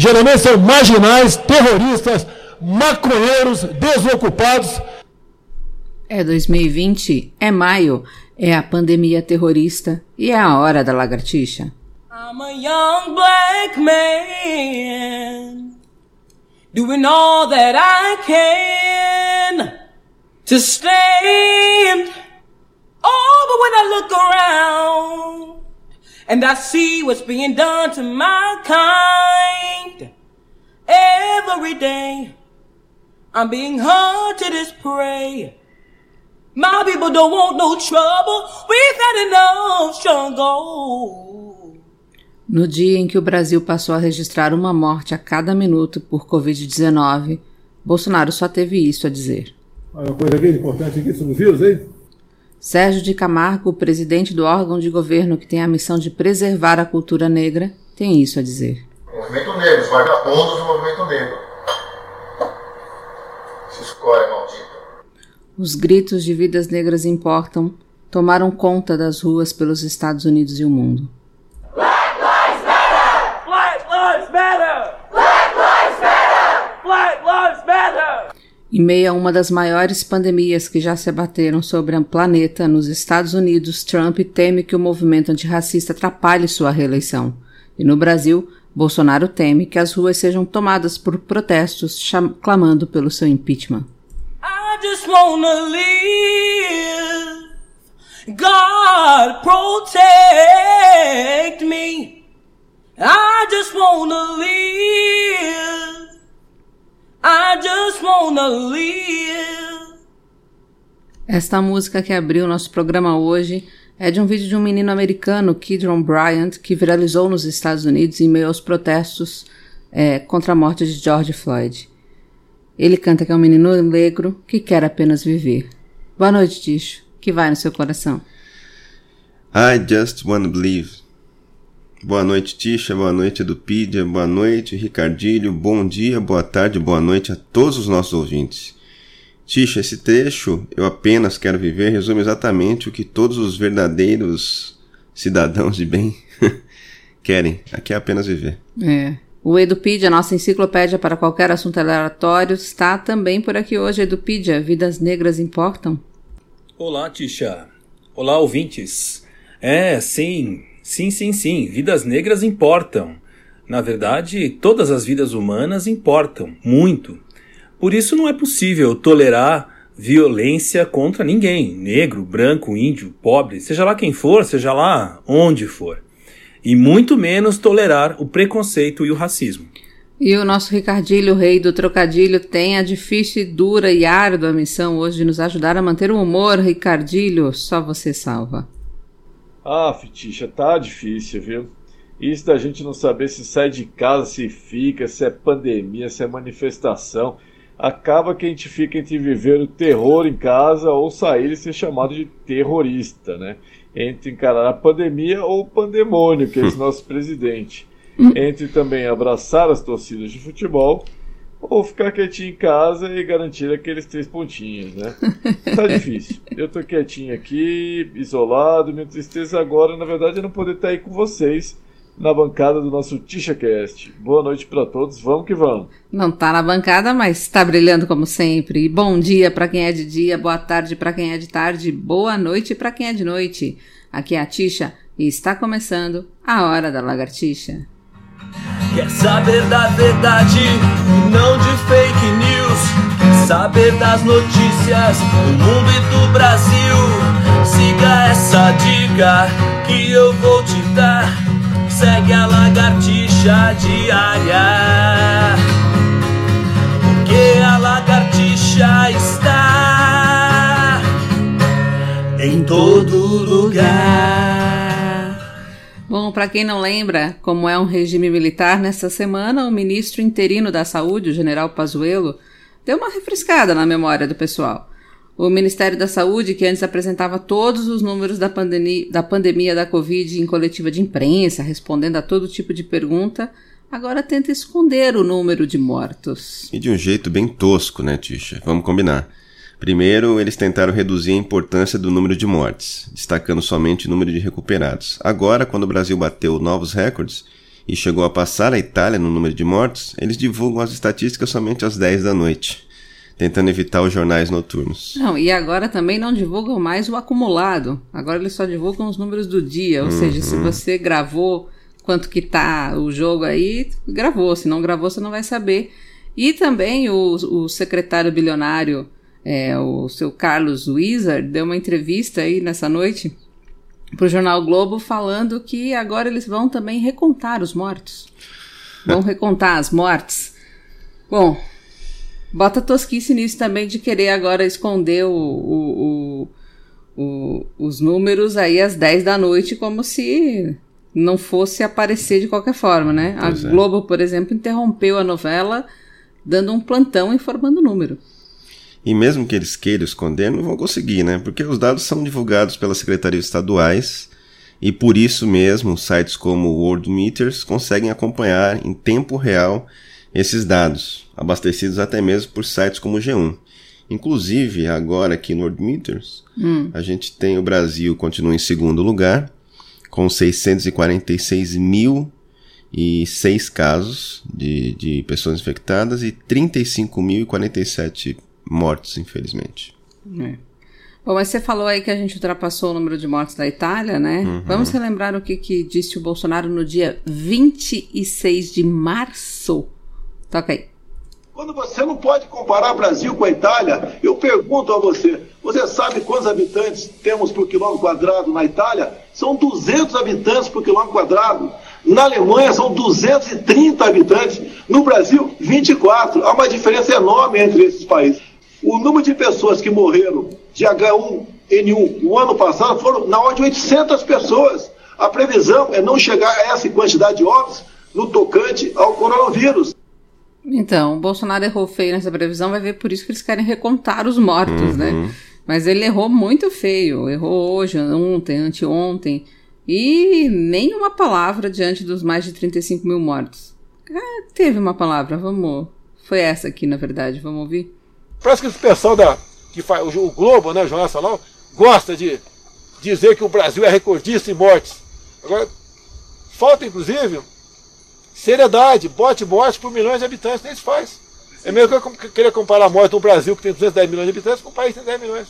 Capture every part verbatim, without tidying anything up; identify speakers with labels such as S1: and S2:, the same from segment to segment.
S1: geralmente são marginais, terroristas, maconheiros, desocupados.
S2: É dois mil e vinte, é maio, é a pandemia terrorista e é a hora da lagartixa.
S3: I'm a young black man doing all that I can to stand. Oh, but when I look around and I see what's being done to my kind, every day I'm being hunted as prey. My people don't want no trouble, we've had enough struggle.
S2: No dia em que o Brasil passou a registrar uma morte a cada minuto por covid dezenove, Bolsonaro só teve isso a dizer.
S1: Olha uma coisa aqui importante aqui sobre o vírus, hein?
S2: Sérgio de Camargo, o presidente do órgão de governo que tem a missão de preservar a cultura negra, tem isso a dizer.
S4: O movimento negro, os vagabundos do movimento negro. Se escolhe, maldito.
S2: Os gritos de vidas negras importam tomaram conta das ruas pelos Estados Unidos e o mundo.
S3: Black lives matter! Black lives matter! Black lives matter! Black lives matter!
S2: Em meio a uma das maiores pandemias que já se abateram sobre o planeta, nos Estados Unidos, Trump teme que o movimento antirracista atrapalhe sua reeleição. E no Brasil, Bolsonaro teme que as ruas sejam tomadas por protestos cham- clamando pelo seu impeachment.
S3: I just wanna live. God protect me. I just wanna live. I just wanna live.
S2: Esta música que abriu nosso programa hoje é de um vídeo de um menino americano, Kidron Bryant, que viralizou nos Estados Unidos em meio aos protestos é, contra a morte de George Floyd. Ele canta que é um menino negro que quer apenas viver. Boa noite, Ticho. Que vai no seu coração?
S5: I just wanna believe. Boa noite, Tisha. Boa noite, Edupídia. Boa noite, Ricardilho. Bom dia, boa tarde, boa noite a todos os nossos ouvintes. Tisha, esse trecho, Eu Apenas Quero Viver, resume exatamente o que todos os verdadeiros cidadãos de bem querem. Aqui é apenas viver.
S2: É. O Edupídia, nossa enciclopédia para qualquer assunto aleatório, está também por aqui hoje. Edupídia, vidas negras importam?
S6: Olá, Tisha. Olá, ouvintes. É, sim, sim, sim, sim, vidas negras importam. Na verdade, todas as vidas humanas importam, muito. Por isso não é possível tolerar violência contra ninguém, negro, branco, índio, pobre, seja lá quem for, seja lá onde for. E muito menos tolerar o preconceito e o racismo.
S2: E o nosso Ricardilho, o rei do trocadilho, tem a difícil, dura e árdua missão hoje de nos ajudar a manter o humor. Ricardilho, só você salva.
S7: Ah, Fiticha, tá difícil, viu? Isso da gente não saber se sai de casa, se fica, se é pandemia, se é manifestação. Acaba que a gente fica entre viver o terror em casa ou sair e ser chamado de terrorista, né? Entre encarar a pandemia ou o pandemônio, que é esse nosso presidente. Entre também abraçar as torcidas de futebol ou ficar quietinho em casa e garantir aqueles três pontinhos, né? Tá difícil. Eu tô quietinho aqui, isolado. Minha tristeza agora, na verdade, é não poder estar aí com vocês na bancada do nosso TishaCast. Boa noite para todos, vamos que vamos.
S2: Não tá na bancada, mas tá brilhando como sempre. E bom dia para quem é de dia, boa tarde para quem é de tarde, boa noite para quem é de noite. Aqui é a Tisha e está começando a Hora da Lagartixa.
S3: Quer saber da verdade e não de fake news? Quer saber das notícias do mundo e do Brasil? Siga essa dica que eu vou te dar. Segue a lagartixa diária, porque a lagartixa está em todo lugar.
S2: Bom, para quem não lembra como é um regime militar, nessa semana o ministro interino da Saúde, o general Pazuello, deu uma refrescada na memória do pessoal. O Ministério da Saúde, que antes apresentava todos os números da, pandemia, da pandemia da Covid em coletiva de imprensa, respondendo a todo tipo de pergunta, agora tenta esconder o número de mortos.
S5: E de um jeito bem tosco, né, Tisha? Vamos combinar. Primeiro, eles tentaram reduzir a importância do número de mortes, destacando somente o número de recuperados. Agora, quando o Brasil bateu novos recordes, e chegou a passar a Itália no número de mortos, eles divulgam as estatísticas somente às dez da noite, tentando evitar os jornais noturnos.
S2: Não, e agora também não divulgam mais o acumulado. Agora eles só divulgam os números do dia, ou uhum. seja, se você gravou quanto que tá o jogo aí, gravou. Se não gravou, você não vai saber. E também o, o secretário bilionário, é, o seu Carlos Wizard, deu uma entrevista aí nessa noite para o jornal Globo falando que agora eles vão também recontar os mortos. Vão recontar as mortes. Bom, bota tosquice nisso também de querer agora esconder o, o, o, o, os números aí às dez da noite como se não fosse aparecer de qualquer forma, né? Pois a Globo, é. por exemplo, interrompeu a novela dando um plantão informando o número.
S5: E mesmo que eles queiram esconder, não vão conseguir, né? Porque os dados são divulgados pelas secretarias estaduais e por isso mesmo sites como o World Meters conseguem acompanhar em tempo real esses dados, abastecidos até mesmo por sites como o G um. Inclusive, agora aqui no World Meters, hum. a gente tem o Brasil continua em segundo lugar, com seiscentos e quarenta e seis mil e seis casos de, de pessoas infectadas e trinta e cinco mil e quarenta e sete mortos, infelizmente.
S2: É. Bom, mas você falou aí que a gente ultrapassou o número de mortes da Itália, né? Uhum. Vamos relembrar o que, que disse o Bolsonaro no dia vinte e seis de março. Toca aí.
S8: Quando você não pode comparar Brasil com a Itália, eu pergunto a você, você sabe quantos habitantes temos por quilômetro quadrado na Itália? São duzentos habitantes por quilômetro quadrado. Na Alemanha são duzentos e trinta habitantes. No Brasil, vinte e quatro. Há uma diferença enorme entre esses países. O número de pessoas que morreram de H um N um no ano passado foram na ordem de oitocentas pessoas. A previsão é não chegar a essa quantidade de óbitos no tocante ao coronavírus.
S2: Então, o Bolsonaro errou feio nessa previsão, vai ver por isso que eles querem recontar os mortos, uhum. né? Mas ele errou muito feio, errou hoje, ontem, anteontem, e nem uma palavra diante dos mais de trinta e cinco mil mortos. Ah, teve uma palavra, vamos... Foi essa aqui, na verdade, vamos ouvir?
S1: Parece que o pessoal da, que faz o, o Globo, né, o Jornal Nacional, gosta de dizer que o Brasil é recordista em mortes. Agora, falta, inclusive, seriedade, bote mortes por milhões de habitantes, nem se faz. É mesmo que eu queria comparar a morte do Brasil, que tem duzentos e dez milhões de habitantes, com um país que tem dez milhões.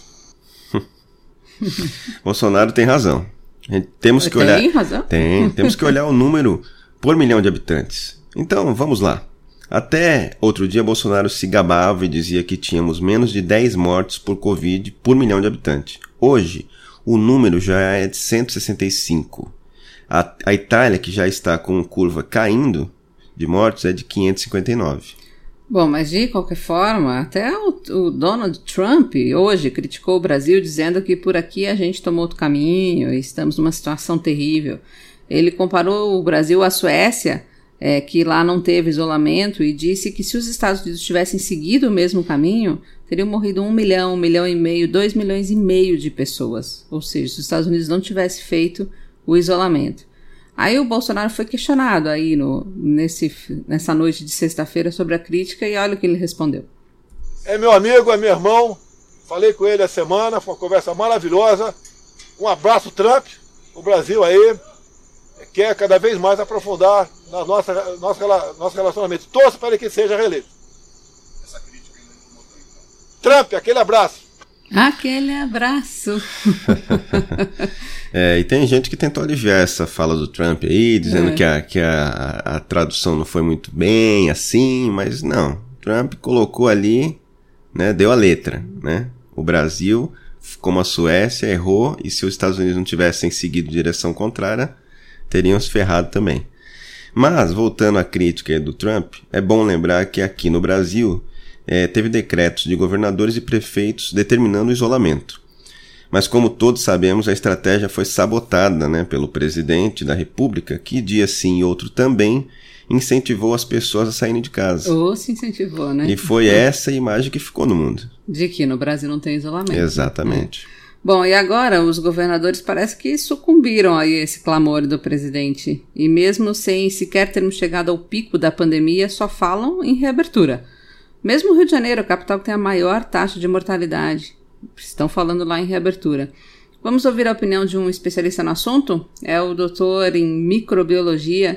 S5: Bolsonaro tem razão. Temos que olhar...
S2: Tem razão?
S5: Tem, temos que olhar o número por milhão de habitantes. Então, vamos lá. Até outro dia, Bolsonaro se gabava e dizia que tínhamos menos de dez mortes por Covid por milhão de habitantes. Hoje, o número já é de cento e sessenta e cinco. A, a Itália, que já está com curva caindo de mortes, é de quinhentos e cinquenta e nove.
S2: Bom, mas de qualquer forma, até o, o Donald Trump hoje criticou o Brasil dizendo que por aqui a gente tomou outro caminho e estamos numa situação terrível. Ele comparou o Brasil à Suécia, é, que lá não teve isolamento, e disse que se os Estados Unidos tivessem seguido o mesmo caminho, teriam morrido um milhão, um milhão e meio, dois milhões e meio de pessoas. Ou seja, se os Estados Unidos não tivessem feito o isolamento. Aí o Bolsonaro foi questionado aí no, nesse, nessa noite de sexta-feira sobre a crítica e olha o que ele respondeu.
S1: É meu amigo, é meu irmão, falei com ele a semana, foi uma conversa maravilhosa. Um abraço, Trump. O Brasil aí quer cada vez mais aprofundar na nossa, nosso, nosso relacionamento. Torço para que seja reeleito. Essa crítica ainda incomodou, então. Trump, aquele abraço.
S2: Aquele abraço.
S5: É, e tem gente que tentou aliviar essa fala do Trump aí, dizendo é. que, a, que a, a tradução não foi muito bem, assim, mas não. Trump colocou ali, né, deu a letra, né? O Brasil, como a Suécia, errou, e se os Estados Unidos não tivessem seguido direção contrária, teriam se ferrado também. Mas, voltando à crítica do Trump, é bom lembrar que aqui no Brasil é, teve decretos de governadores e prefeitos determinando o isolamento. Mas como todos sabemos, a estratégia foi sabotada, né, pelo presidente da República, que dia sim e outro também incentivou as pessoas a saírem de casa.
S2: Ou se incentivou, né?
S5: E foi essa a imagem que ficou no mundo.
S2: De que no Brasil não tem isolamento.
S5: Exatamente.
S2: É. Bom, e agora os governadores parece que sucumbiram a esse clamor do presidente. E mesmo sem sequer termos chegado ao pico da pandemia, só falam em reabertura. Mesmo o Rio de Janeiro, a capital que tem a maior taxa de mortalidade, estão falando lá em reabertura. Vamos ouvir a opinião de um especialista no assunto? É o doutor em microbiologia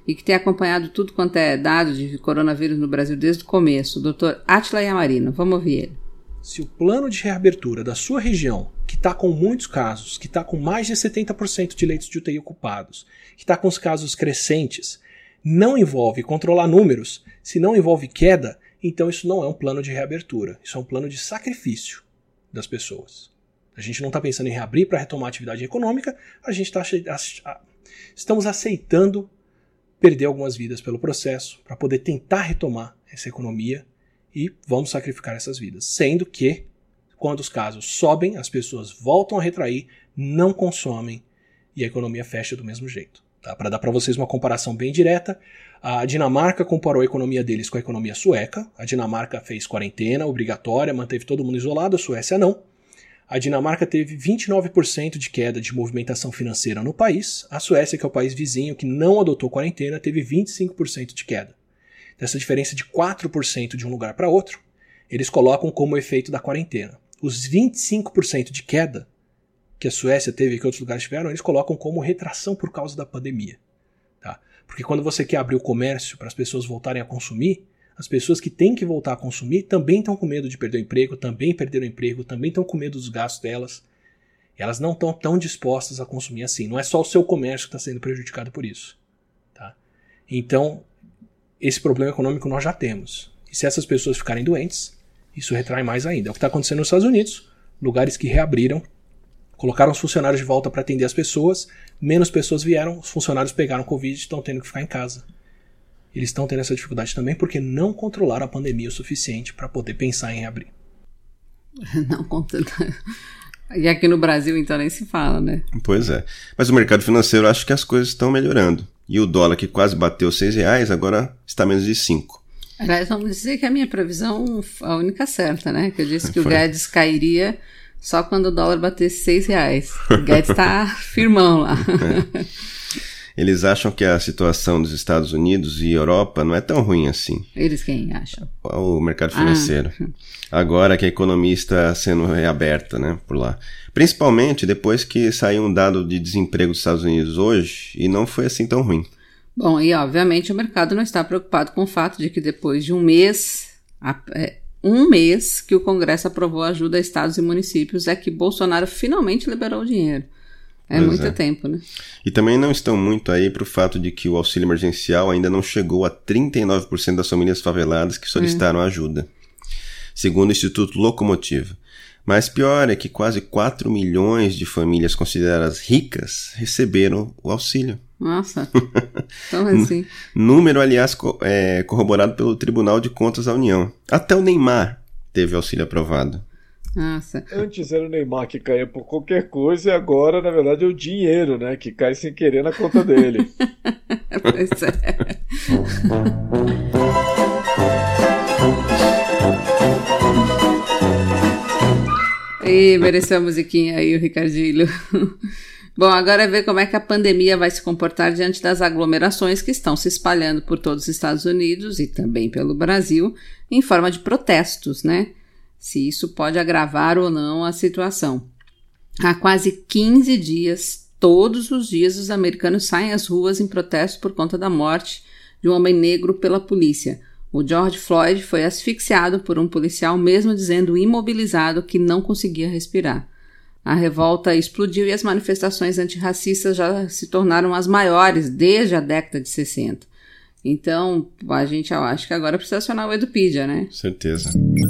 S2: e que tem acompanhado tudo quanto é dado de coronavírus no Brasil desde o começo, o doutor Átila Yamarino. Vamos ouvir ele.
S9: Se o plano de reabertura da sua região, que está com muitos casos, que está com mais de setenta por cento de leitos de U T I ocupados, que está com os casos crescentes, não envolve controlar números, se não envolve queda, então isso não é um plano de reabertura, isso é um plano de sacrifício das pessoas. A gente não está pensando em reabrir para retomar a atividade econômica, a gente está estamos aceitando perder algumas vidas pelo processo para poder tentar retomar essa economia e vamos sacrificar essas vidas. Sendo que, quando os casos sobem, as pessoas voltam a retrair, não consomem e a economia fecha do mesmo jeito. Tá? Para dar para vocês uma comparação bem direta, a Dinamarca comparou a economia deles com a economia sueca. A Dinamarca fez quarentena obrigatória, manteve todo mundo isolado, a Suécia não. A Dinamarca teve vinte e nove por cento de queda de movimentação financeira no país. A Suécia, que é o país vizinho que não adotou quarentena, teve vinte e cinco por cento de queda. Dessa diferença de quatro por cento de um lugar para outro, eles colocam como efeito da quarentena. Os vinte e cinco por cento de queda que a Suécia teve e que outros lugares tiveram, eles colocam como retração por causa da pandemia. Tá? Porque quando você quer abrir o comércio para as pessoas voltarem a consumir, as pessoas que têm que voltar a consumir também estão com medo de perder o emprego, também perderam o emprego, também estão com medo dos gastos delas. E elas não estão tão dispostas a consumir assim. Não é só o seu comércio que está sendo prejudicado por isso. Tá? Então, esse problema econômico nós já temos. E se essas pessoas ficarem doentes, isso retrai mais ainda. É o que está acontecendo nos Estados Unidos. Lugares que reabriram, colocaram os funcionários de volta para atender as pessoas, menos pessoas vieram, os funcionários pegaram Covid e estão tendo que ficar em casa. Eles estão tendo essa dificuldade também porque não controlaram a pandemia o suficiente para poder pensar em reabrir.
S2: Não conta. E aqui no Brasil, então, nem se fala, né?
S5: Pois é. Mas o mercado financeiro, acho que as coisas estão melhorando. E o dólar, que quase bateu seis reais, agora está menos de cinco.
S2: Aliás, vamos dizer que a minha previsão é a única certa, né? Que eu disse que
S5: Foi.
S2: o Guedes cairia só quando o dólar batesse seis reais. O Guedes está firmão lá.
S5: É. Eles acham que a situação dos Estados Unidos e Europa não é tão ruim assim.
S2: Eles quem acham?
S5: O mercado financeiro. Ah. Agora que a economia está sendo reaberta, né, por lá. Principalmente depois que saiu um dado de desemprego dos Estados Unidos hoje e não foi assim tão ruim.
S2: Bom, e obviamente o mercado não está preocupado com o fato de que depois de um mês, um mês que o Congresso aprovou a ajuda a estados e municípios, é que Bolsonaro finalmente liberou o dinheiro. É pois muito é. tempo, né?
S5: E também não estão muito aí para o fato de que o auxílio emergencial ainda não chegou a trinta e nove por cento das famílias faveladas que solicitaram é. ajuda, segundo o Instituto Locomotiva. Mas pior é que quase quatro milhões de famílias consideradas ricas receberam o auxílio.
S2: Nossa, então assim.
S5: Número, aliás, co- é, corroborado pelo Tribunal de Contas da União. Até o Neymar teve auxílio aprovado.
S2: Nossa.
S7: Antes era o Neymar que caía por qualquer coisa e agora, na verdade, é o dinheiro, né? Que cai sem querer na conta dele.
S2: Pois é. E mereceu a musiquinha aí, o Ricardilho. Bom, agora é ver como é que a pandemia vai se comportar diante das aglomerações que estão se espalhando por todos os Estados Unidos e também pelo Brasil, em forma de protestos, né? Se isso pode agravar ou não a situação. Há quase quinze dias, todos os dias, os americanos saem às ruas em protesto por conta da morte de um homem negro pela polícia. O George Floyd foi asfixiado por um policial, mesmo dizendo imobilizado que não conseguia respirar. A revolta explodiu e as manifestações antirracistas já se tornaram as maiores desde a década de sessenta. Então, a gente eu acho que agora precisa acionar o Edupedia, né?
S5: Certeza.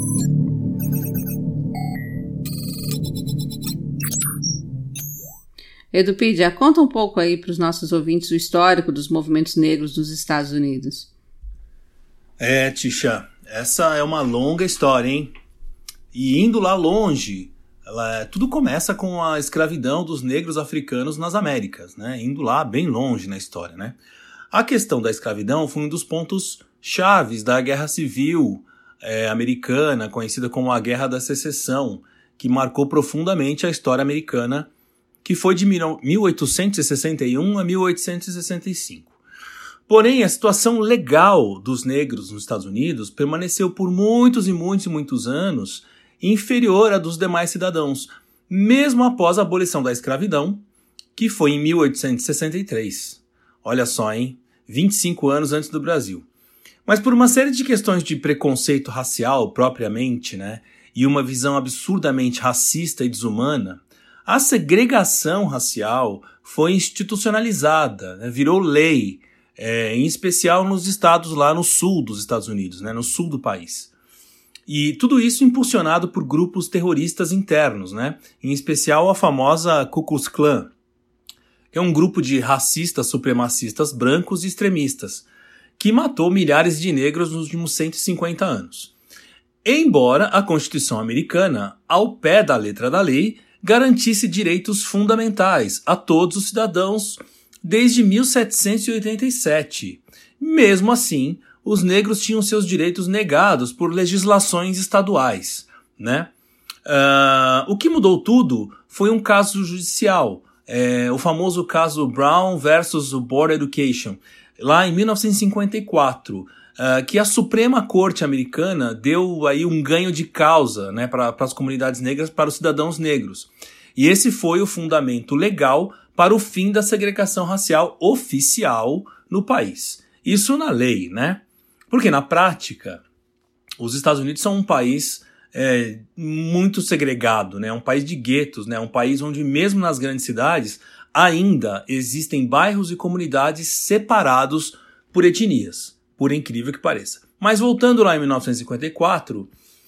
S2: Edupedia, conta um pouco aí para os nossos ouvintes o histórico dos movimentos negros nos Estados Unidos.
S6: É, Tisha, essa é uma longa história, hein? E indo lá longe, ela, tudo começa com a escravidão dos negros africanos nas Américas, né? Indo lá bem longe na história, né? A questão da escravidão foi um dos pontos chaves da Guerra Civil é, americana, conhecida como a Guerra da Secessão, que marcou profundamente a história americana, que foi de mil oitocentos e sessenta e um a mil oitocentos e sessenta e cinco. Porém, a situação legal dos negros nos Estados Unidos permaneceu por muitos e muitos e muitos anos inferior à dos demais cidadãos, mesmo após a abolição da escravidão, que foi em mil oitocentos e sessenta e três. Olha só, hein? vinte e cinco anos antes do Brasil. Mas por uma série de questões de preconceito racial propriamente, né, e uma visão absurdamente racista e desumana, a segregação racial foi institucionalizada, né, virou lei, é, em especial nos estados lá no sul dos Estados Unidos, né, no sul do país. E tudo isso impulsionado por grupos terroristas internos, né, em especial a famosa Ku Klux Klan, que é um grupo de racistas supremacistas brancos e extremistas, que matou milhares de negros nos últimos cento e cinquenta anos. Embora a Constituição americana, ao pé da letra da lei, garantisse direitos fundamentais a todos os cidadãos desde mil setecentos e oitenta e sete. Mesmo assim, os negros tinham seus direitos negados por legislações estaduais, né? Uh, o que mudou tudo foi um caso judicial, é, o famoso caso Brown versus Board Education, lá em mil novecentos e cinquenta e quatro, uh, que a Suprema Corte americana deu aí um ganho de causa, né, para as comunidades negras, para os cidadãos negros. E esse foi o fundamento legal para o fim da segregação racial oficial no país. Isso na lei, né? Porque na prática, os Estados Unidos são um país é, muito segregado, né? Um país de guetos, né? Um país onde mesmo nas grandes cidades ainda existem bairros e comunidades separados por etnias, por incrível que pareça. Mas voltando lá em mil novecentos e cinquenta e quatro,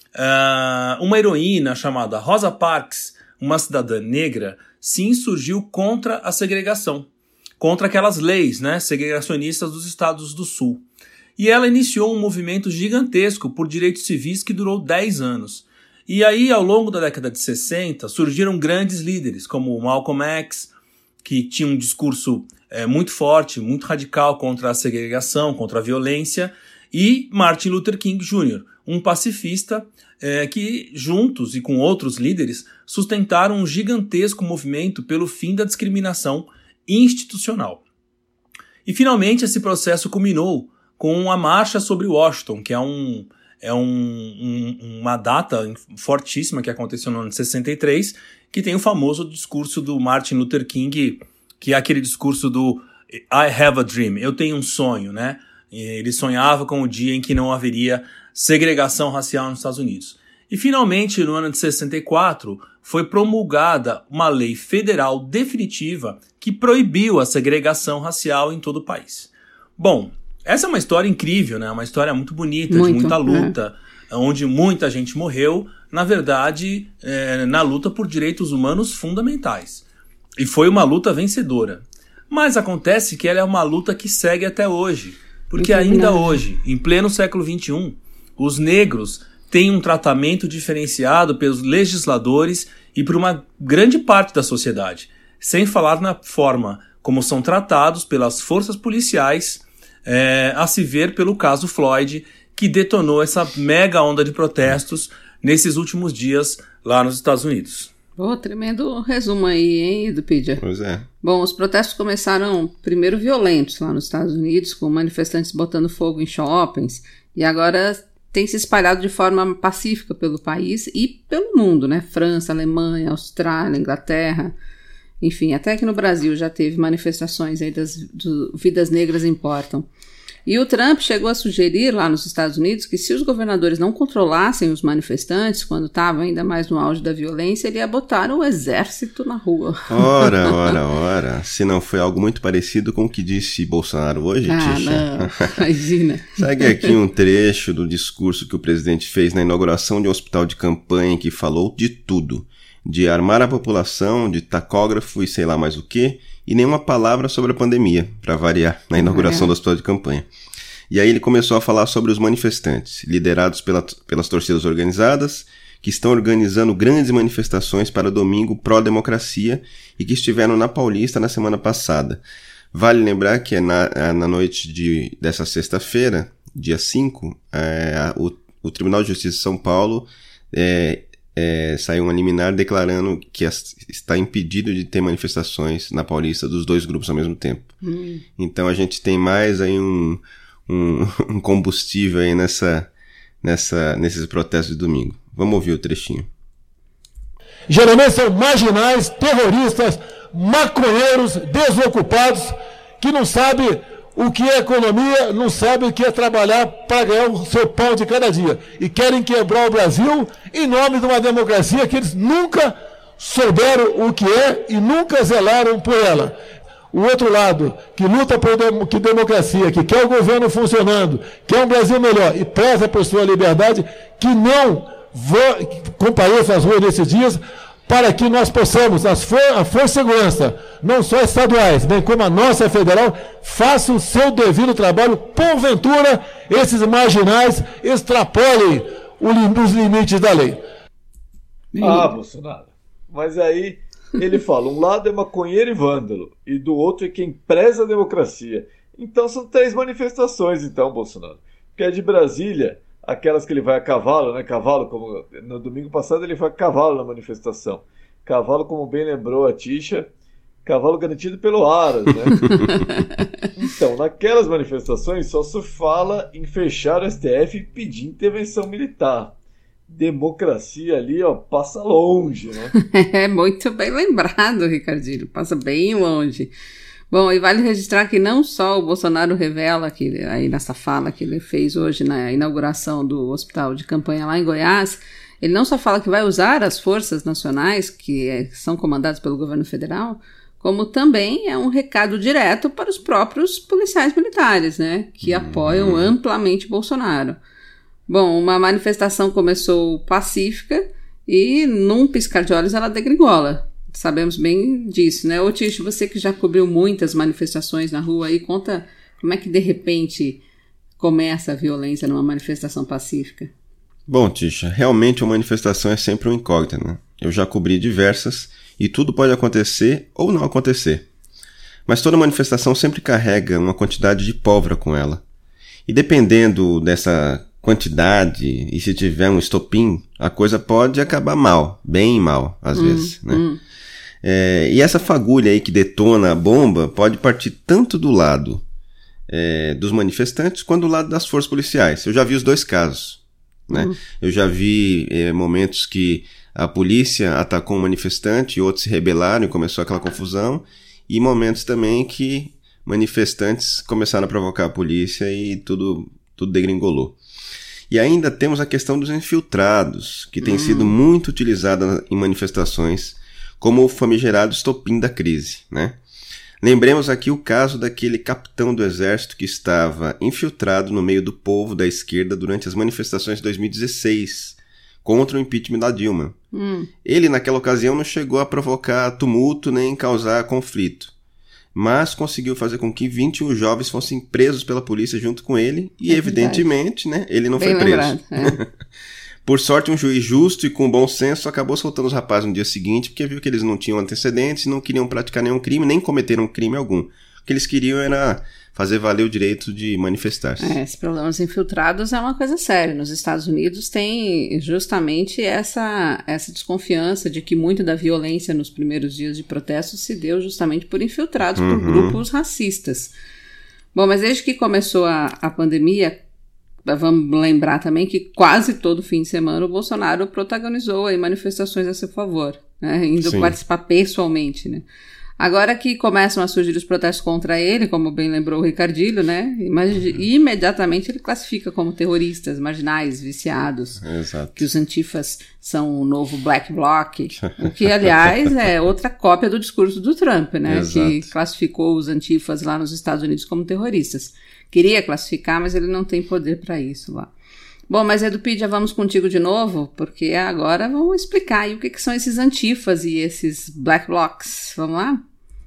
S6: uh, uma heroína chamada Rosa Parks, uma cidadã negra, se insurgiu contra a segregação, contra aquelas leis, né, segregacionistas dos estados do sul. E ela iniciou um movimento gigantesco por direitos civis que durou dez anos. E aí, ao longo da década de sessenta, surgiram grandes líderes, como Malcolm X, que tinha um discurso é, muito forte, muito radical contra a segregação, contra a violência, e Martin Luther King Júnior, um pacifista é, que, juntos e com outros líderes, sustentaram um gigantesco movimento pelo fim da discriminação institucional. E, finalmente, esse processo culminou com a Marcha sobre Washington, que é, um, é um, um, uma data fortíssima que aconteceu no ano de sessenta e três, que tem o famoso discurso do Martin Luther King, que é aquele discurso do I have a dream, eu tenho um sonho, né? Ele sonhava com o dia em que não haveria segregação racial nos Estados Unidos. E finalmente, no ano de sessenta e quatro, foi promulgada uma lei federal definitiva que proibiu a segregação racial em todo o país. Bom, essa é uma história incrível, né? Uma história muito bonita, muito, de muita luta, é. onde muita gente morreu, na verdade, é, na luta por direitos humanos fundamentais. E foi uma luta vencedora. Mas acontece que ela é uma luta que segue até hoje. Porque ainda hoje, em pleno século vinte e um, os negros têm um tratamento diferenciado pelos legisladores e por uma grande parte da sociedade. Sem falar na forma como são tratados pelas forças policiais, é, a se ver pelo caso Floyd, que detonou essa mega onda de protestos nesses últimos dias lá nos Estados Unidos.
S2: Oh, tremendo resumo aí, hein, Edupidia?
S5: Pois é.
S2: Bom, os protestos começaram primeiro violentos lá nos Estados Unidos, com manifestantes botando fogo em shoppings, e agora tem se espalhado de forma pacífica pelo país e pelo mundo, né? França, Alemanha, Austrália, Inglaterra, enfim, até aqui no Brasil já teve manifestações aí das do Vidas Negras Importam. E o Trump chegou a sugerir lá nos Estados Unidos que se os governadores não controlassem os manifestantes, quando estavam ainda mais no auge da violência, ele ia botar o exército na rua.
S5: Ora, ora, ora. Se não foi algo muito parecido com o que disse Bolsonaro hoje,
S2: ah,
S5: Tisha.
S2: Não, imagina.
S5: Segue aqui um trecho do discurso que o presidente fez na inauguração de um hospital de campanha em que falou de tudo. De armar a população, de tacógrafo e sei lá mais o quê, e nenhuma palavra sobre a pandemia, para variar, na inauguração é. do hospital de campanha. E aí ele começou a falar sobre os manifestantes, liderados pela, pelas torcidas organizadas, que estão organizando grandes manifestações para domingo pró-democracia e que estiveram na Paulista na semana passada. Vale lembrar que é na, na noite de, dessa sexta-feira, dia cinco, é, o, o Tribunal de Justiça de São Paulo é, É, saiu uma liminar declarando que as, está impedido de ter manifestações na Paulista dos dois grupos ao mesmo tempo. Hum. Então a gente tem mais aí um, um, um combustível aí nessa, nessa, nesses protestos de domingo. Vamos ouvir o trechinho.
S1: Geralmente são marginais, terroristas, maconheiros, desocupados, que não sabem o que é economia, não sabem o que é trabalhar para ganhar o seu pão de cada dia. E querem quebrar o Brasil em nome de uma democracia que eles nunca souberam o que é e nunca zelaram por ela. O outro lado, que luta por dem- que democracia, que quer o governo funcionando, quer um Brasil melhor e preza por sua liberdade, que não vo- compareça às ruas nesses dias, para que nós possamos, as for a Força de Segurança, não só estaduais, bem como a nossa federal, faça o seu devido trabalho, porventura, esses marginais extrapolem o lim os limites da lei.
S7: Ah, Bolsonaro, mas aí ele fala, um lado é maconheiro e vândalo, e do outro é quem preza a democracia. Então são três manifestações, então, Bolsonaro. Porque é de Brasília, aquelas que ele vai a cavalo, né? Cavalo, como no domingo passado ele foi a cavalo na manifestação. Cavalo, como bem lembrou a Tisha, cavalo garantido pelo Aras, né? Então, naquelas manifestações só se fala em fechar o S T F e pedir intervenção militar. Democracia ali, ó, passa longe, né?
S2: É muito bem lembrado, Ricardinho, passa bem longe. Bom, e vale registrar que não só o Bolsonaro revela, que, aí nessa fala que ele fez hoje na inauguração do hospital de campanha lá em Goiás, ele não só fala que vai usar as forças nacionais, que é, são comandadas pelo governo federal, como também é um recado direto para os próprios policiais militares, né, que uhum. apoiam amplamente Bolsonaro. Bom, uma manifestação começou pacífica e num piscar de olhos ela degringola. Sabemos bem disso, né? Ô Ticho, você que já cobriu muitas manifestações na rua aí, conta como é que de repente começa a violência numa manifestação pacífica.
S5: Bom, Tisha, realmente uma manifestação é sempre um incógnito, né? Eu já cobri diversas e tudo pode acontecer ou não acontecer. Mas toda manifestação sempre carrega uma quantidade de pólvora com ela. E dependendo dessa quantidade e se tiver um estopim, a coisa pode acabar mal, bem mal, às hum, vezes, né? Hum. É, e essa fagulha aí que detona a bomba pode partir tanto do lado é, dos manifestantes quanto do lado das forças policiais. Eu já vi os dois casos, né? Hum. Eu já vi é, momentos que a polícia atacou um manifestante e outros se rebelaram e começou aquela confusão, e momentos também que manifestantes começaram a provocar a polícia e tudo, tudo degringolou. E ainda temos a questão dos infiltrados, que tem hum. sido muito utilizada em manifestações como o famigerado estopim da crise, né? Lembremos aqui o caso daquele capitão do exército que estava infiltrado no meio do povo da esquerda durante as manifestações de dois mil e dezesseis, contra o impeachment da Dilma. Hum. Ele, naquela ocasião, não chegou a provocar tumulto nem causar conflito, mas conseguiu fazer com que vinte e um jovens fossem presos pela polícia junto com ele, e é evidentemente, né, ele não Bem foi preso. Lembrado, é. Por sorte, um juiz justo e com bom senso acabou soltando os rapazes no dia seguinte, porque viu que eles não tinham antecedentes e não queriam praticar nenhum crime, nem cometeram crime algum. O que eles queriam era fazer valer o direito de manifestar-se. É,
S2: esse problema dos infiltrados é uma coisa séria. Nos Estados Unidos tem justamente essa, essa desconfiança de que muito da violência nos primeiros dias de protesto se deu justamente por infiltrados, uhum. por grupos racistas. Bom, mas desde que começou a, a pandemia, vamos lembrar também que quase todo fim de semana o Bolsonaro protagonizou aí manifestações a seu favor, né, indo Sim. participar pessoalmente, né. Agora que começam a surgir os protestos contra ele, como bem lembrou o Ricardilho, né, imediatamente ele classifica como terroristas, marginais, viciados,
S5: Exato.
S2: Que os antifas são o novo Black Bloc, o que, aliás, é outra cópia do discurso do Trump, né, Exato. Que classificou os antifas lá nos Estados Unidos como terroristas. Queria classificar, mas ele não tem poder para isso lá. Bom, mas Edupídia, vamos contigo de novo, porque agora vamos explicar aí o que, que são esses antifas e esses black blocs. Vamos lá?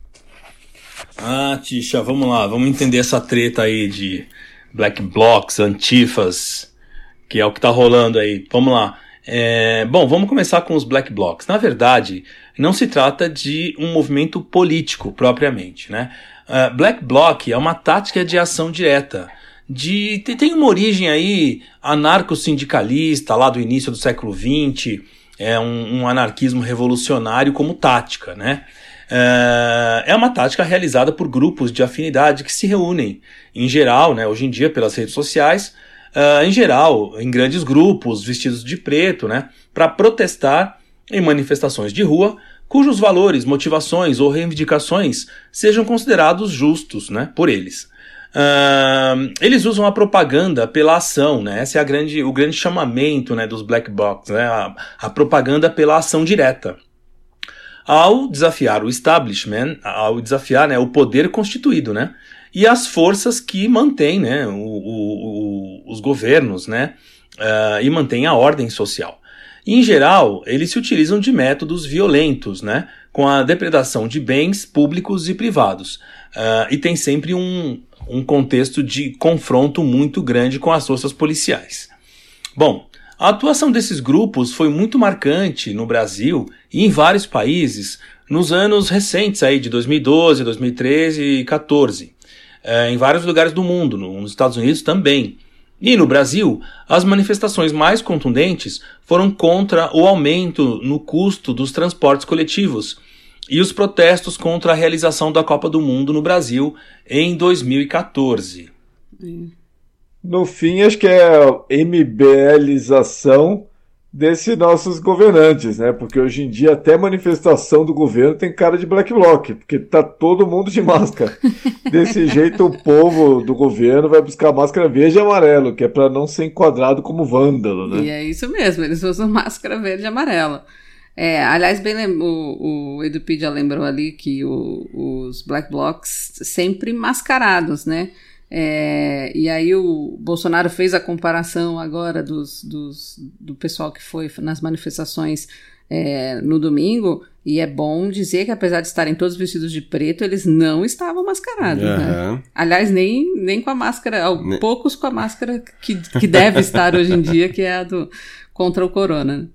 S6: Ah, Tisha, vamos lá. Vamos entender essa treta aí de black blocs, antifas, que é o que tá rolando aí. Vamos lá. É, bom, vamos começar com os black blocs. Na verdade, não se trata de um movimento político propriamente, né? Uh, black bloc é uma tática de ação direta. De, tem uma origem aí anarco-sindicalista lá do início do século vinte, é um, um anarquismo revolucionário como tática, né? É, é uma tática realizada por grupos de afinidade que se reúnem, em geral, né, hoje em dia pelas redes sociais, uh, em geral, em grandes grupos, vestidos de preto, né, para protestar em manifestações de rua, cujos valores, motivações ou reivindicações sejam considerados justos, né, por eles. Uh, eles usam a propaganda pela ação, né? Esse é a grande, o grande chamamento, né, dos black blocs, né? a, a propaganda pela ação direta. Ao desafiar o establishment, ao desafiar, né, o poder constituído, né? E as forças que mantêm, né, o, o, o, os governos, né, uh, e mantêm a ordem social. Em geral, eles se utilizam de métodos violentos, né, com a depredação de bens públicos e privados. Uh, e tem sempre um, um contexto de confronto muito grande com as forças policiais. Bom, a atuação desses grupos foi muito marcante no Brasil e em vários países nos anos recentes aí de dois mil e doze, dois mil e treze e dois mil e quatorze. É, em vários lugares do mundo, nos Estados Unidos também. E no Brasil, as manifestações mais contundentes foram contra o aumento no custo dos transportes coletivos e os protestos contra a realização da Copa do Mundo no Brasil em dois mil e quatorze.
S7: No fim, acho que é a MBLização desses nossos governantes, né? Porque hoje em dia até manifestação do governo tem cara de black bloc, porque tá todo mundo de máscara. Desse jeito o povo do governo vai buscar máscara verde e amarelo, que é para não ser enquadrado como vândalo, né?
S2: E é isso mesmo, eles usam máscara verde e amarela. É, aliás, bem lem- o, o Edupedia lembrou ali que o, os black blocs sempre mascarados, né? É, e aí o Bolsonaro fez a comparação agora dos, dos, do pessoal que foi nas manifestações é, no domingo, e é bom dizer que apesar de estarem todos vestidos de preto, eles não estavam mascarados, uhum. né? Aliás, nem, nem com a máscara, ne- poucos com a máscara que, que deve estar hoje em dia, que é a do contra o corona, né?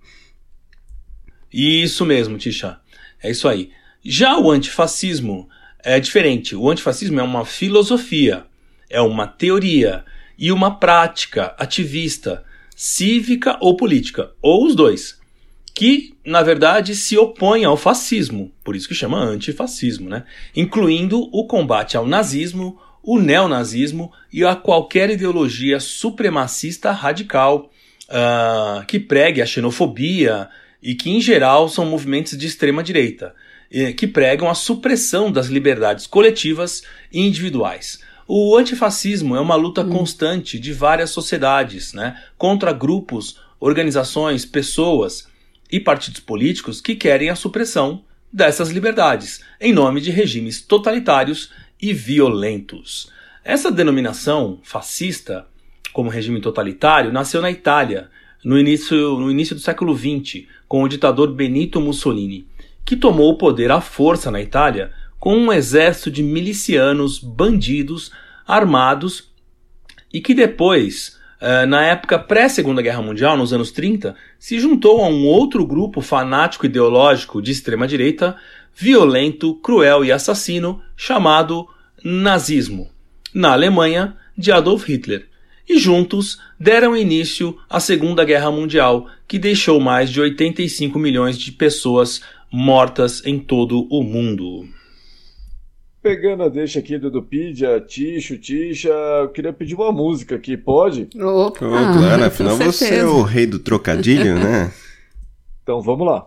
S6: Isso mesmo, Tisha, é isso aí. Já o antifascismo é diferente. O antifascismo é uma filosofia, é uma teoria e uma prática ativista, cívica ou política, ou os dois, que, na verdade, se opõe ao fascismo, por isso que chama antifascismo, né? Incluindo o combate ao nazismo, o neonazismo e a qualquer ideologia supremacista radical uh, que pregue a xenofobia e que, em geral, são movimentos de extrema-direita, que pregam a supressão das liberdades coletivas e individuais. O antifascismo é uma luta hum. constante de várias sociedades, né, contra grupos, organizações, pessoas e partidos políticos que querem a supressão dessas liberdades, em nome de regimes totalitários e violentos. Essa denominação fascista, como regime totalitário, nasceu na Itália, no início, no início do século vinte, com o ditador Benito Mussolini, que tomou o poder à força na Itália com um exército de milicianos, bandidos, armados, e que depois, na época pré-Segunda Guerra Mundial, nos anos trinta, se juntou a um outro grupo fanático ideológico de extrema-direita, violento, cruel e assassino, chamado nazismo, na Alemanha de Adolf Hitler. E juntos deram início à Segunda Guerra Mundial, que deixou mais de oitenta e cinco milhões de pessoas mortas em todo o mundo.
S7: Pegando a deixa aqui do Edupedia, Ticho, Tisha, eu queria pedir uma música aqui, pode?
S2: Opa,
S5: oh, claro, afinal você é o rei do trocadilho, né?
S7: Então vamos lá.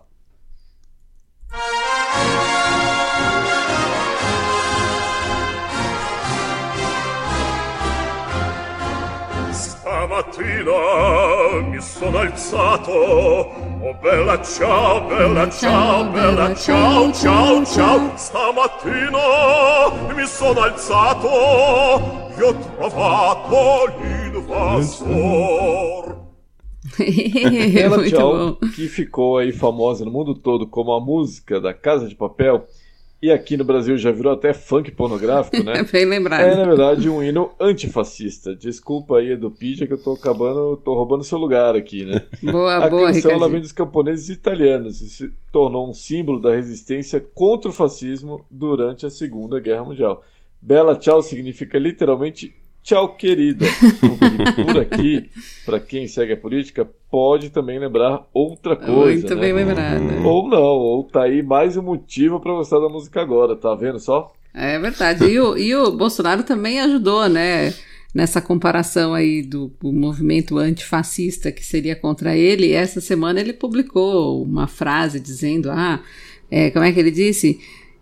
S10: Stamattina mi sono alzato, oh bella ciao, bella ciao, bella ciao, ciao, ciao. Stamattina mi sono alzato e ho trovato l'invasor.
S7: Bella Ciao, que ficou aí famosa no mundo todo como a música da Casa de Papel, e aqui no Brasil já virou até funk pornográfico, né?
S2: Bem lembrado.
S7: É, na verdade, um hino antifascista. Desculpa aí, Edupedia, que eu tô acabando, tô roubando seu lugar aqui, né?
S2: Boa,
S7: a
S2: boa,
S7: canção ela
S2: Ricardinho.
S7: vem dos camponeses italianos e se tornou um símbolo da resistência contra o fascismo durante a Segunda Guerra Mundial. Bella Ciao significa literalmente tchau, querida. Por aqui, para quem segue a política, pode também lembrar outra coisa.
S2: Muito
S7: né?
S2: bem lembrado.
S7: Ou não, ou tá aí mais um motivo para gostar da música agora, tá vendo só?
S2: É verdade. E o, e o Bolsonaro também ajudou, né? Nessa comparação aí do, do movimento antifascista que seria contra ele. Essa semana ele publicou uma frase dizendo, ah, é, como é que ele disse?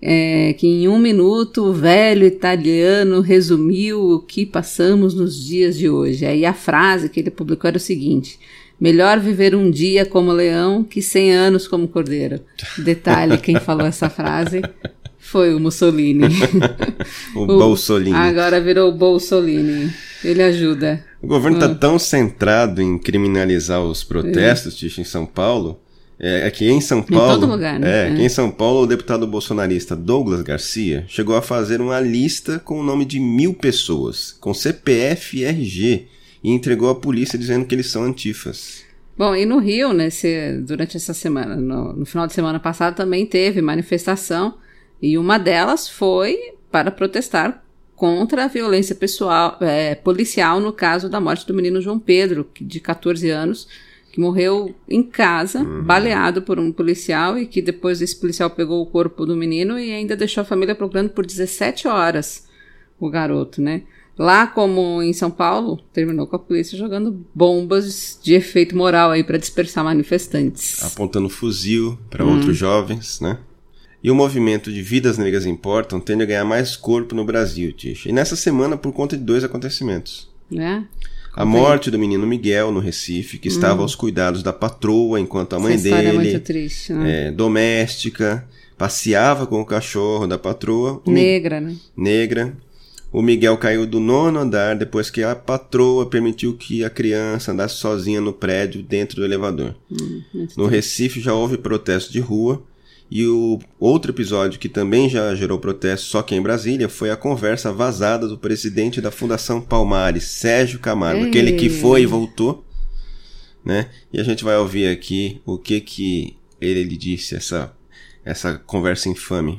S2: é, que em um minuto o velho italiano resumiu o que passamos nos dias de hoje. Aí a frase que ele publicou era o seguinte: melhor viver um dia como leão que cem anos como cordeiro. Detalhe, quem falou essa frase foi o Mussolini.
S5: o, o Bolsolini.
S2: Agora virou o Bolsolini. Ele ajuda.
S5: O governo está hum. tão centrado em criminalizar os protestos, é. Ticho, em São Paulo. É, aqui em São Paulo,
S2: em todo lugar, né?
S5: É, aqui
S2: é.
S5: em São Paulo, o deputado bolsonarista Douglas Garcia chegou a fazer uma lista com o nome de mil pessoas, com C P F e R G, e entregou à polícia dizendo que eles são antifas.
S2: Bom, e no Rio, nesse, durante essa semana, no, no final de semana passado, também teve manifestação, e uma delas foi para protestar contra a violência pessoal, é, policial no caso da morte do menino João Pedro, de catorze anos, que morreu em casa, uhum. baleado por um policial, e que depois esse policial pegou o corpo do menino e ainda deixou a família procurando por dezessete horas o garoto, né? Lá, como em São Paulo, terminou com a polícia jogando bombas de efeito moral aí para dispersar manifestantes.
S5: Apontando fuzil para hum. outros jovens, né? E o movimento de Vidas Negras Importam tende a ganhar mais corpo no Brasil, Tish. E nessa semana por conta de dois acontecimentos.
S2: É?
S5: A morte do menino Miguel, no Recife, que estava hum. aos cuidados da patroa, enquanto a mãe
S2: Essa história
S5: dele,
S2: é muito triste, né?
S5: é, doméstica, passeava com o cachorro da patroa.
S2: Negra, né?
S5: Negra. O Miguel caiu do nono andar depois que a patroa permitiu que a criança andasse sozinha no prédio dentro do elevador. Hum, no Recife já houve protesto de rua. E o outro episódio que também já gerou protesto, só que em Brasília, foi a conversa vazada do presidente da Fundação Palmares, Sérgio Camargo, Ei. aquele que foi e voltou, né? E a gente vai ouvir aqui o que que ele, ele disse, essa, essa conversa infame.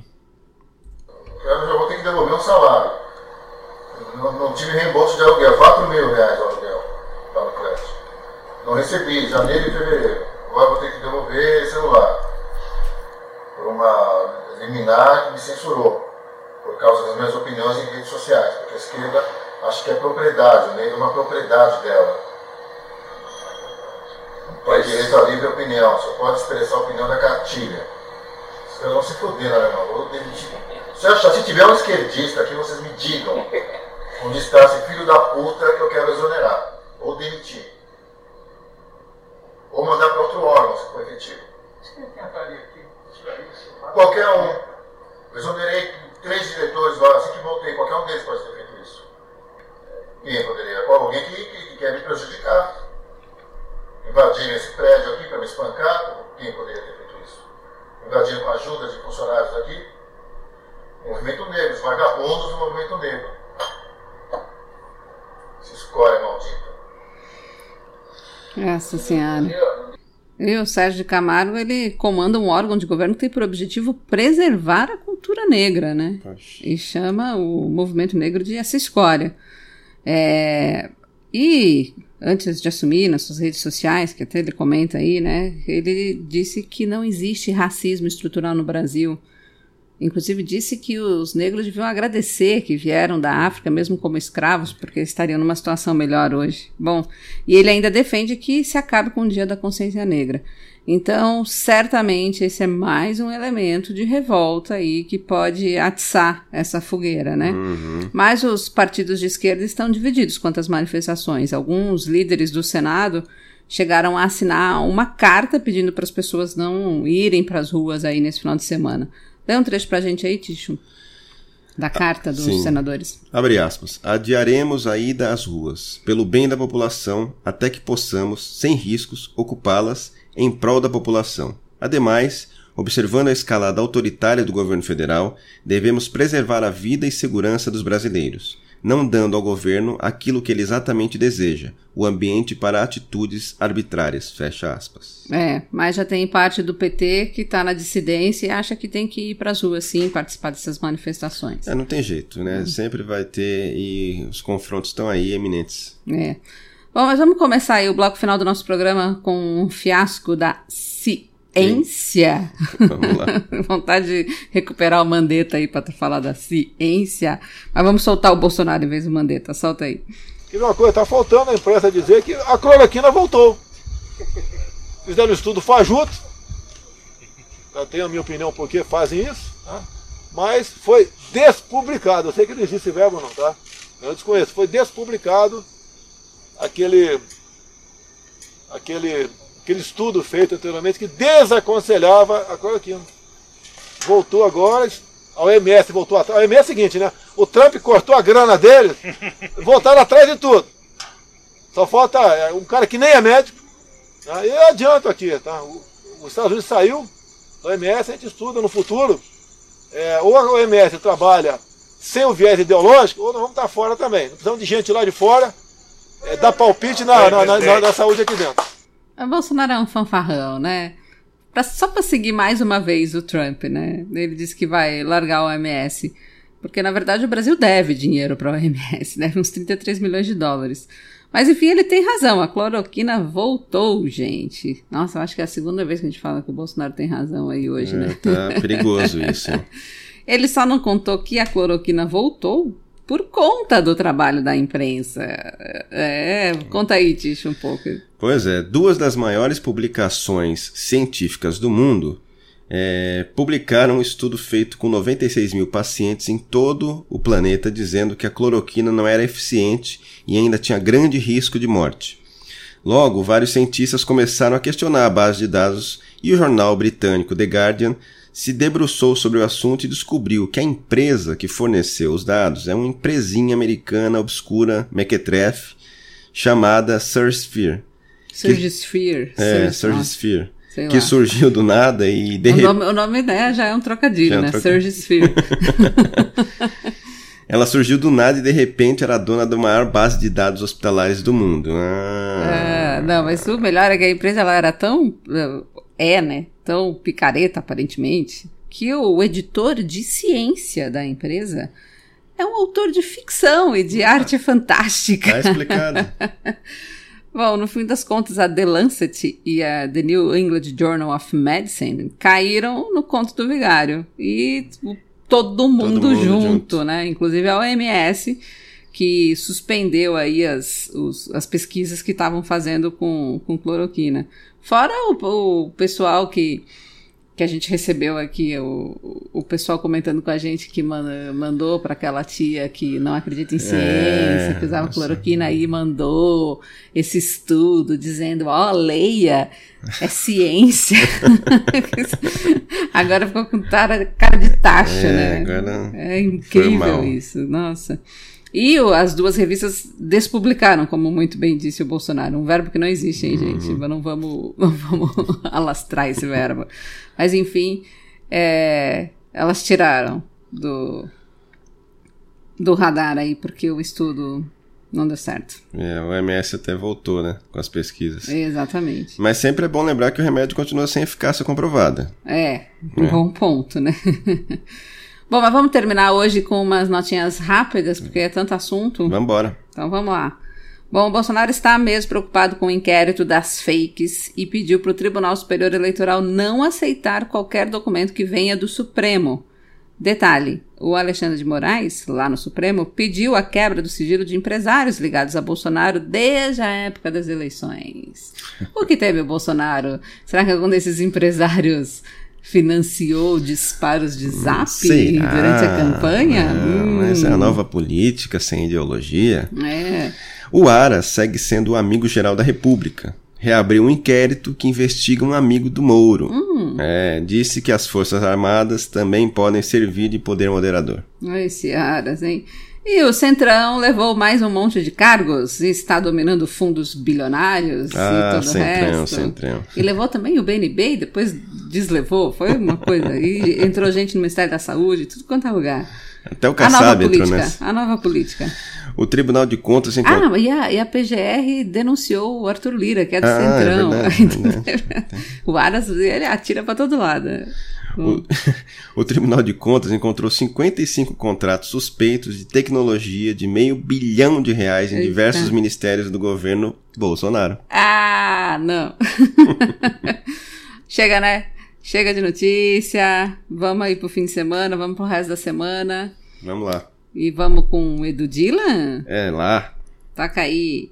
S4: Eu já vou ter que devolver um salário. Não, não tive reembolso de aluguel, quatro mil reais o aluguel para o crédito. Não recebi, janeiro e fevereiro. Agora vou ter que devolver celular. Por uma liminar que me censurou, por causa das minhas opiniões em redes sociais, porque a esquerda acha que é propriedade, o negro é uma propriedade dela. Não pode direito à livre opinião, só pode expressar a opinião da cartilha. Os caras vão se foder, né, irmão? Vou demitir. Se, achar, se tiver um esquerdista aqui, vocês me digam onde está esse filho da puta que eu quero exonerar, ou demitir. Ou mandar para outro órgão, se for efetivo. Qualquer um. Eu exonerei três diretores lá, assim que voltei, qualquer um deles pode ter feito isso. Quem poderia? Alguém que, que, que quer me prejudicar. Invadindo esse prédio aqui para me espancar, quem poderia ter feito isso? Invadindo com a ajuda de funcionários aqui. Movimento negro, os vagabundos do movimento negro. Se escolhe, maldito.
S2: Nossa Senhora. E o Sérgio Camargo, ele comanda um órgão de governo que tem por objetivo preservar a cultura negra, né? Poxa. E chama o movimento negro de essa escória. É... E antes de assumir nas suas redes sociais, que até ele comenta aí, né? Ele disse que não existe racismo estrutural no Brasil. Inclusive disse que os negros deviam agradecer que vieram da África, mesmo como escravos, porque estariam numa situação melhor hoje. Bom, e ele ainda defende que se acabe com o Dia da Consciência Negra. Então, certamente, esse é mais um elemento de revolta aí que pode atiçar essa fogueira, né? Uhum. Mas os partidos de esquerda estão divididos quanto às manifestações. Alguns líderes do Senado chegaram a assinar uma carta pedindo para as pessoas não irem para as ruas aí nesse final de semana. Dê um trecho pra gente aí, Ticho, da carta dos Sim. senadores.
S5: Abre aspas. Adiaremos a ida às ruas, pelo bem da população, até que possamos, sem riscos, ocupá-las em prol da população. Ademais, observando a escalada autoritária do governo federal, devemos preservar a vida e segurança dos brasileiros, não dando ao governo aquilo que ele exatamente deseja, o ambiente para atitudes arbitrárias, fecha aspas.
S2: É, mas já tem parte do P T que está na dissidência e acha que tem que ir para as ruas sim, participar dessas manifestações.
S5: É, não tem jeito, né? Hum. Sempre vai ter, e os confrontos estão aí eminentes.
S2: É. Bom, mas vamos começar aí o bloco final do nosso programa com um fiasco da ciência. Vamos lá. Vontade de recuperar o Mandetta aí para falar da ciência. Mas vamos soltar o Bolsonaro em vez do Mandetta. Solta aí.
S1: E uma coisa, tá faltando a imprensa dizer que a cloroquina voltou. Fizeram um estudo fajuto. Eu tenho a minha opinião por que fazem isso. Né? mas foi despublicado. Eu sei que não existe esse verbo não, tá? Eu desconheço. Foi despublicado aquele, aquele, aquele estudo feito anteriormente que desaconselhava a cloroquina. Voltou agora, a O M S voltou atrás. A O M S é o seguinte, né? O Trump cortou a grana deles, voltaram atrás de tudo. Só falta um cara que nem é médico. Né? E eu adianto aqui, tá? O, os Estados Unidos saiu da O M S, a gente estuda no futuro. É, ou a O M S trabalha sem o viés ideológico, ou nós vamos estar fora também. Precisamos de gente lá de fora, é, dar palpite na, na, na, na, na saúde aqui dentro.
S2: O Bolsonaro é um fanfarrão, né? Pra, só para seguir mais uma vez o Trump, né? Ele disse que vai largar a O M S. Porque, na verdade, o Brasil deve dinheiro para a O M S, deve uns trinta e três milhões de dólares. Mas, enfim, ele tem razão. A cloroquina voltou, gente. Nossa, eu acho que é a segunda vez que a gente fala que o Bolsonaro tem razão aí hoje, é, né?
S5: Tá perigoso isso.
S2: Ele só não contou que a cloroquina voltou por conta do trabalho da imprensa. É, conta aí, Ticho, um pouco.
S5: Pois é, duas das maiores publicações científicas do mundo é, publicaram um estudo feito com noventa e seis mil pacientes em todo o planeta, dizendo que a cloroquina não era eficiente e ainda tinha grande risco de morte. Logo, vários cientistas começaram a questionar a base de dados e o jornal britânico The Guardian se debruçou sobre o assunto e descobriu que a empresa que forneceu os dados é uma empresinha americana obscura, mequetrefe, chamada Surgisphere.
S2: Surgisphere.
S5: Que, é, Surgisphere.
S2: Sei
S5: que
S2: lá.
S5: Surgiu do nada e... De
S2: o,
S5: re...
S2: nome, o nome né, já é um trocadilho, é um né? Troca... Surgisphere.
S5: Ela surgiu do nada e de repente era dona da maior base de dados hospitalares do mundo. Ah.
S2: É, não, mas o melhor é que a empresa ela era tão... É, né? Tão picareta, aparentemente, que o editor de ciência da empresa é um autor de ficção e de arte fantástica.
S5: Tá explicado.
S2: Bom, no fim das contas, a The Lancet e a The New England Journal of Medicine caíram no conto do vigário. E todo mundo, todo mundo junto, junto, né? Inclusive a O M S, que suspendeu aí as, os, as pesquisas que estavam fazendo com, com cloroquina. Fora o, o pessoal que, que a gente recebeu aqui, o, o pessoal comentando com a gente que man, mandou para aquela tia que não acredita em ciência, é, que usava cloroquina, aí mandou esse estudo dizendo, ó, oh, leia, é ciência. Agora ficou com cara, cara de taxa,
S5: é,
S2: né?
S5: Agora
S2: é incrível isso, nossa. E o, as duas revistas despublicaram, como muito bem disse o Bolsonaro. Um verbo que não existe, hein, gente? Uhum. Não vamos, não vamos alastrar esse verbo. Mas, enfim, é, elas tiraram do, do radar aí, porque o estudo não deu certo.
S5: É, o O M S até voltou, né, com as pesquisas.
S2: Exatamente.
S5: Mas sempre é bom lembrar que o remédio continua sem eficácia comprovada.
S2: É, um é. bom ponto, né? Bom, mas vamos terminar hoje com umas notinhas rápidas, porque é tanto assunto.
S5: Vamos embora.
S2: Então vamos lá. Bom, o Bolsonaro está mesmo preocupado com o inquérito das fakes e pediu para o Tribunal Superior Eleitoral não aceitar qualquer documento que venha do Supremo. Detalhe, o Alexandre de Moraes, lá no Supremo, pediu a quebra do sigilo de empresários ligados a Bolsonaro desde a época das eleições. O que teve o Bolsonaro? Será que algum desses empresários financiou disparos de zap
S5: Será?
S2: durante a campanha?
S5: Não, hum. Essa é a nova política sem ideologia.
S2: É.
S5: O Aras segue sendo o amigo geral da República. Reabriu um inquérito que investiga um amigo do Moro. Hum. É, disse que as Forças Armadas também podem servir de poder moderador.
S2: Esse Aras, hein? E o Centrão levou mais um monte de cargos e está dominando fundos bilionários
S5: ah,
S2: e todo
S5: Centrão,
S2: o resto.
S5: Centrão.
S2: E levou também o B N B e depois deslevou. Foi uma coisa. E entrou gente no Ministério da Saúde, tudo quanto é lugar.
S5: Até o Kassab entrou
S2: nessa. A nova política.
S5: O Tribunal de Contas... Enquanto...
S2: Ah, e a, e a P G R denunciou o Arthur Lira, que é do
S5: ah,
S2: Centrão.
S5: É verdade, é verdade.
S2: O Aras, ele atira para todo lado.
S5: O, o Tribunal de Contas encontrou cinquenta e cinco contratos suspeitos de tecnologia de meio bilhão de reais em Eita. diversos ministérios do governo Bolsonaro.
S2: Ah, não. Chega, né? Chega de notícia. Vamos aí pro fim de semana, vamos pro resto da semana.
S5: Vamos lá.
S2: E vamos com o Edu Dylan?
S5: É, lá.
S2: Toca aí.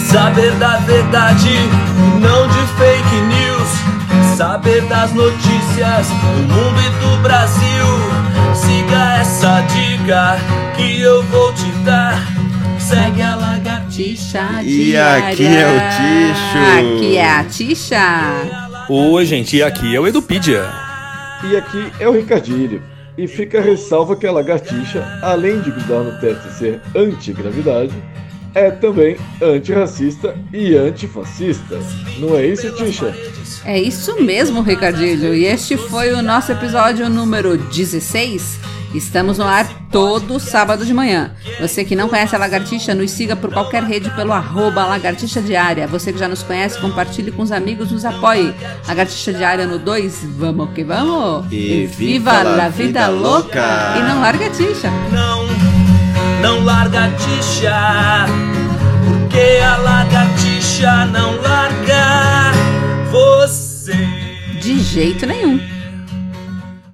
S3: saber da verdade e não de fake news. Quer saber das notícias do mundo e do Brasil. Siga essa dica que eu vou te dar. Segue a lagartixa
S5: E
S3: diária.
S5: aqui é o Ticho.
S2: Aqui é a Ticha.
S6: Oi, gente, e aqui é o Edupídia.
S7: E aqui é o Ricardilho. E fica a ressalva que a lagartixa, além de grudar no teto e ser antigravidade, é também antirracista e antifascista. Não é isso, Ticha?
S2: É isso mesmo, Ricardilho. E este foi o nosso episódio número dezesseis. Estamos no ar todo sábado de manhã. Você que não conhece a Lagartixa, nos siga por qualquer rede pelo arroba Lagartixa Diária. Você que já nos conhece, compartilhe com os amigos, nos apoie. Lagartixa Diária no dois, vamos que vamos!
S5: E viva
S2: viva
S5: la
S2: la
S5: vida
S2: vida louca!
S5: louca.
S2: E não larga a Ticha!
S3: Não, não larga a tixa, porque a lagartixa não larga você.
S2: De jeito nenhum!